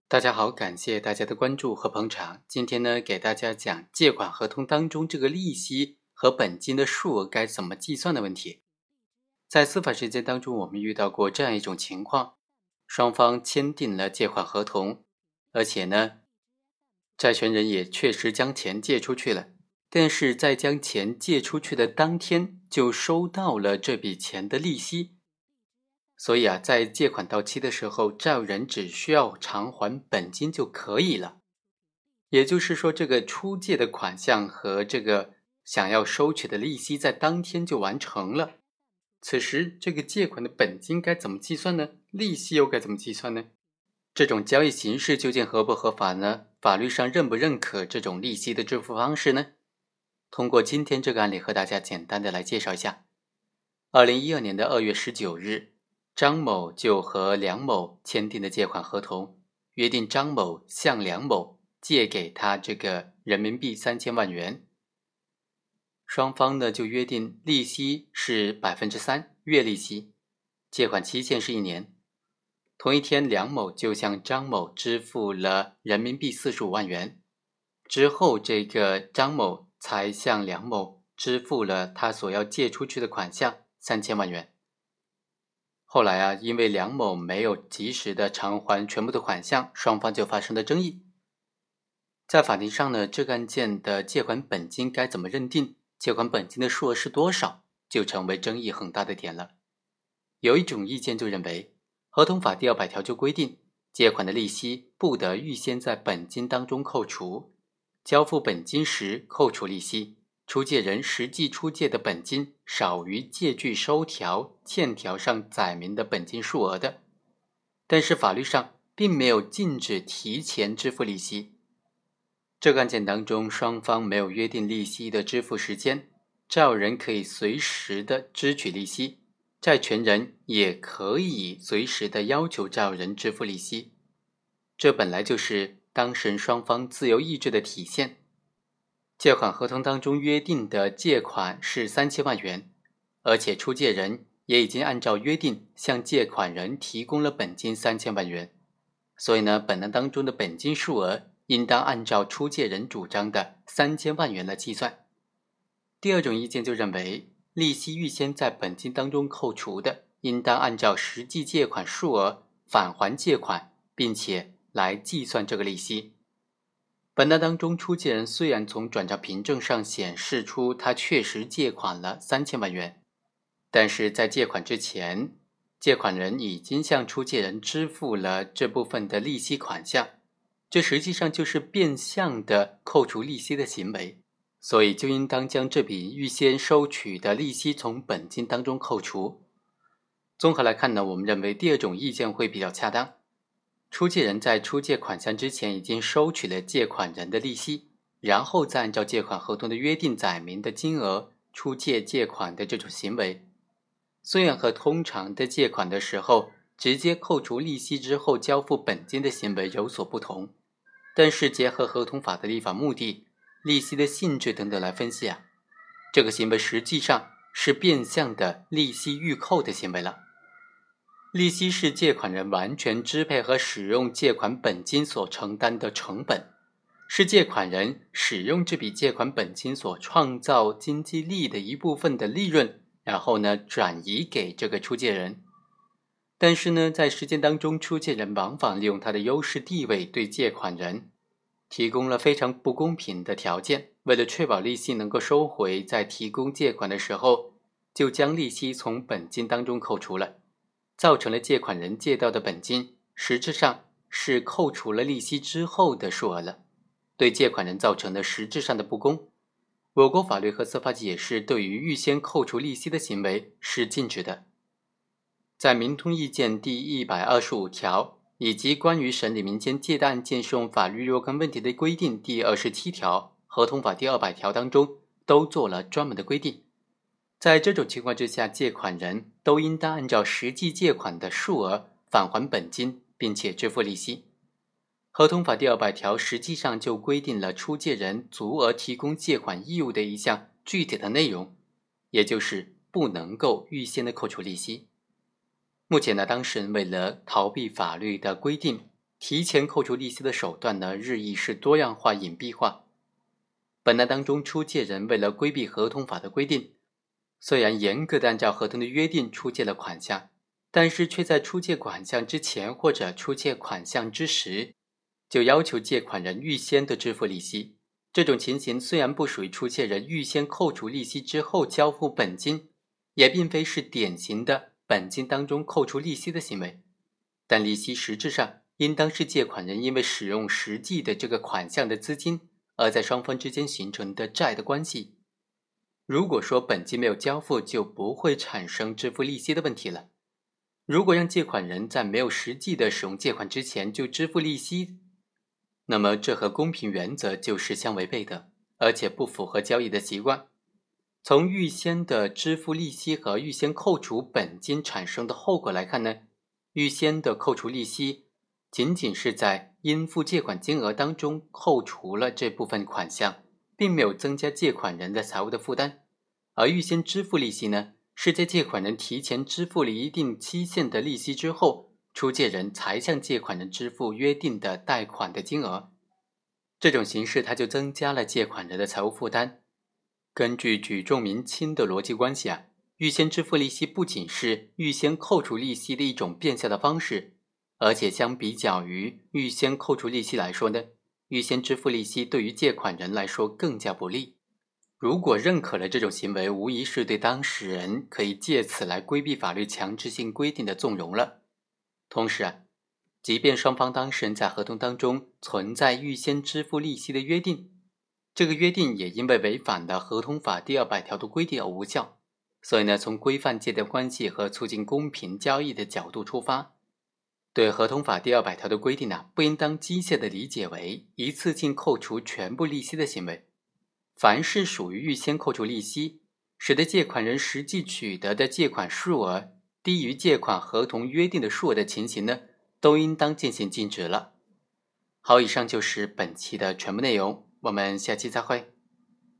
大家好，感谢大家的关注和捧场。今天呢，给大家讲借款合同当中这个利息和本金的数额该怎么计算的问题。在司法实践当中，我们遇到过这样一种情况：双方签订了借款合同，而且呢，债权人也确实将钱借出去了，但是在将钱借出去的当天就收到了这笔钱的利息。所以在借款到期的时候，债务人只需要偿还本金就可以了。也就是说，这个出借的款项和这个想要收取的利息在当天就完成了。此时，这个借款的本金该怎么计算呢？利息又该怎么计算呢？这种交易形式究竟合不合法呢？法律上认不认可这种利息的支付方式呢？通过今天这个案例和大家简单的来介绍一下。2012年2月19日，张某就和梁某签订的借款合同，约定张某向梁某借给他这个人民币3000万元。双方呢就约定利息是 3%， 月利息，借款期限是1年。同一天，梁某就向张某支付了人民币45万元，之后这个张某才向梁某支付了他所要借出去的款项3000万元。后来因为梁某没有及时的偿还全部的款项，双方就发生了争议。在法庭上呢，这个案件的借款本金该怎么认定，借款本金的数额是多少，就成为争议很大的点了。有一种意见就认为，合同法第200条就规定，借款的利息不得预先在本金当中扣除，交付本金时扣除利息，出借人实际出借的本金少于借据收条、欠条上载明的本金数额的。但是法律上并没有禁止提前支付利息。这个案件当中，双方没有约定利息的支付时间，债务人可以随时的支取利息，债权人也可以随时的要求债务人支付利息。这本来就是当事人双方自由意志的体现。借款合同当中约定的借款是3000万元，而且出借人也已经按照约定向借款人提供了本金3000万元，所以呢，本案当中的本金数额应当按照出借人主张的3000万元来计算。第二种意见就认为，利息预先在本金当中扣除的，应当按照实际借款数额返还借款，并且来计算这个利息。本案当中，出借人虽然从转账凭证上显示出他确实借款了3000万元，但是在借款之前，借款人已经向出借人支付了这部分的利息款项，这实际上就是变相的扣除利息的行为，所以就应当将这笔预先收取的利息从本金当中扣除。综合来看呢，我们认为第二种意见会比较恰当。出借人在出借款项之前已经收取了借款人的利息，然后再按照借款合同的约定载明的金额出借借款的这种行为，虽然和通常的借款的时候直接扣除利息之后交付本金的行为有所不同，但是结合合同法的立法目的、利息的性质等等来分析这个行为实际上是变相的利息预扣的行为了。利息是借款人完全支配和使用借款本金所承担的成本，是借款人使用这笔借款本金所创造经济利益的一部分的利润，然后呢转移给这个出借人。但是呢，在实践当中，出借人往往利用他的优势地位对借款人提供了非常不公平的条件，为了确保利息能够收回，在提供借款的时候就将利息从本金当中扣除了，造成了借款人借到的本金实质上是扣除了利息之后的数额了，对借款人造成了实质上的不公。我国法律和司法解释对于预先扣除利息的行为是禁止的。在民通意见第125条以及关于审理民间借贷案件适用法律若干问题的规定第27条、合同法第200条当中都做了专门的规定。在这种情况之下，借款人都应当按照实际借款的数额返还本金，并且支付利息。合同法第200条实际上就规定了出借人足额提供借款义务的一项具体的内容，也就是不能够预先的扣除利息。目前呢，当事人为了逃避法律的规定， 提前扣除利息的手段呢，日益是多样化、隐蔽化。本案当中，出借人为了规避合同法的规定，虽然严格的按照合同的约定出借了款项，但是却在出借款项之前或者出借款项之时，就要求借款人预先的支付利息。这种情形虽然不属于出借人预先扣除利息之后交付本金，也并非是典型的本金当中扣除利息的行为，但利息实质上应当是借款人因为使用实际的这个款项的资金，而在双方之间形成的债的关系。如果说本金没有交付，就不会产生支付利息的问题了。如果让借款人在没有实际的使用借款之前就支付利息，那么这和公平原则就是相违背的，而且不符合交易的习惯。从预先的支付利息和预先扣除本金产生的后果来看呢，预先的扣除利息仅仅是在应付借款金额当中扣除了这部分款项，并没有增加借款人的财务的负担。而预先支付利息呢，是在借款人提前支付了一定期限的利息之后，出借人才向借款人支付约定的贷款的金额。这种形式它就增加了借款人的财务负担。根据举重明轻的逻辑关系预先支付利息不仅是预先扣除利息的一种变相的方式，而且相比较于预先扣除利息来说呢，预先支付利息对于借款人来说更加不利。如果认可了这种行为，无疑是对当事人可以借此来规避法律强制性规定的纵容了。同时即便双方当事人在合同当中存在预先支付利息的约定，这个约定也因为违反了合同法第200条的规定而无效。所以呢，从规范借贷关系和促进公平交易的角度出发，对合同法第200条的规定不应当机械地理解为一次性扣除全部利息的行为。凡是属于预先扣除利息，使得借款人实际取得的借款数额低于借款合同约定的数额的情形呢，都应当进行禁止了。好，以上就是本期的全部内容，我们下期再会。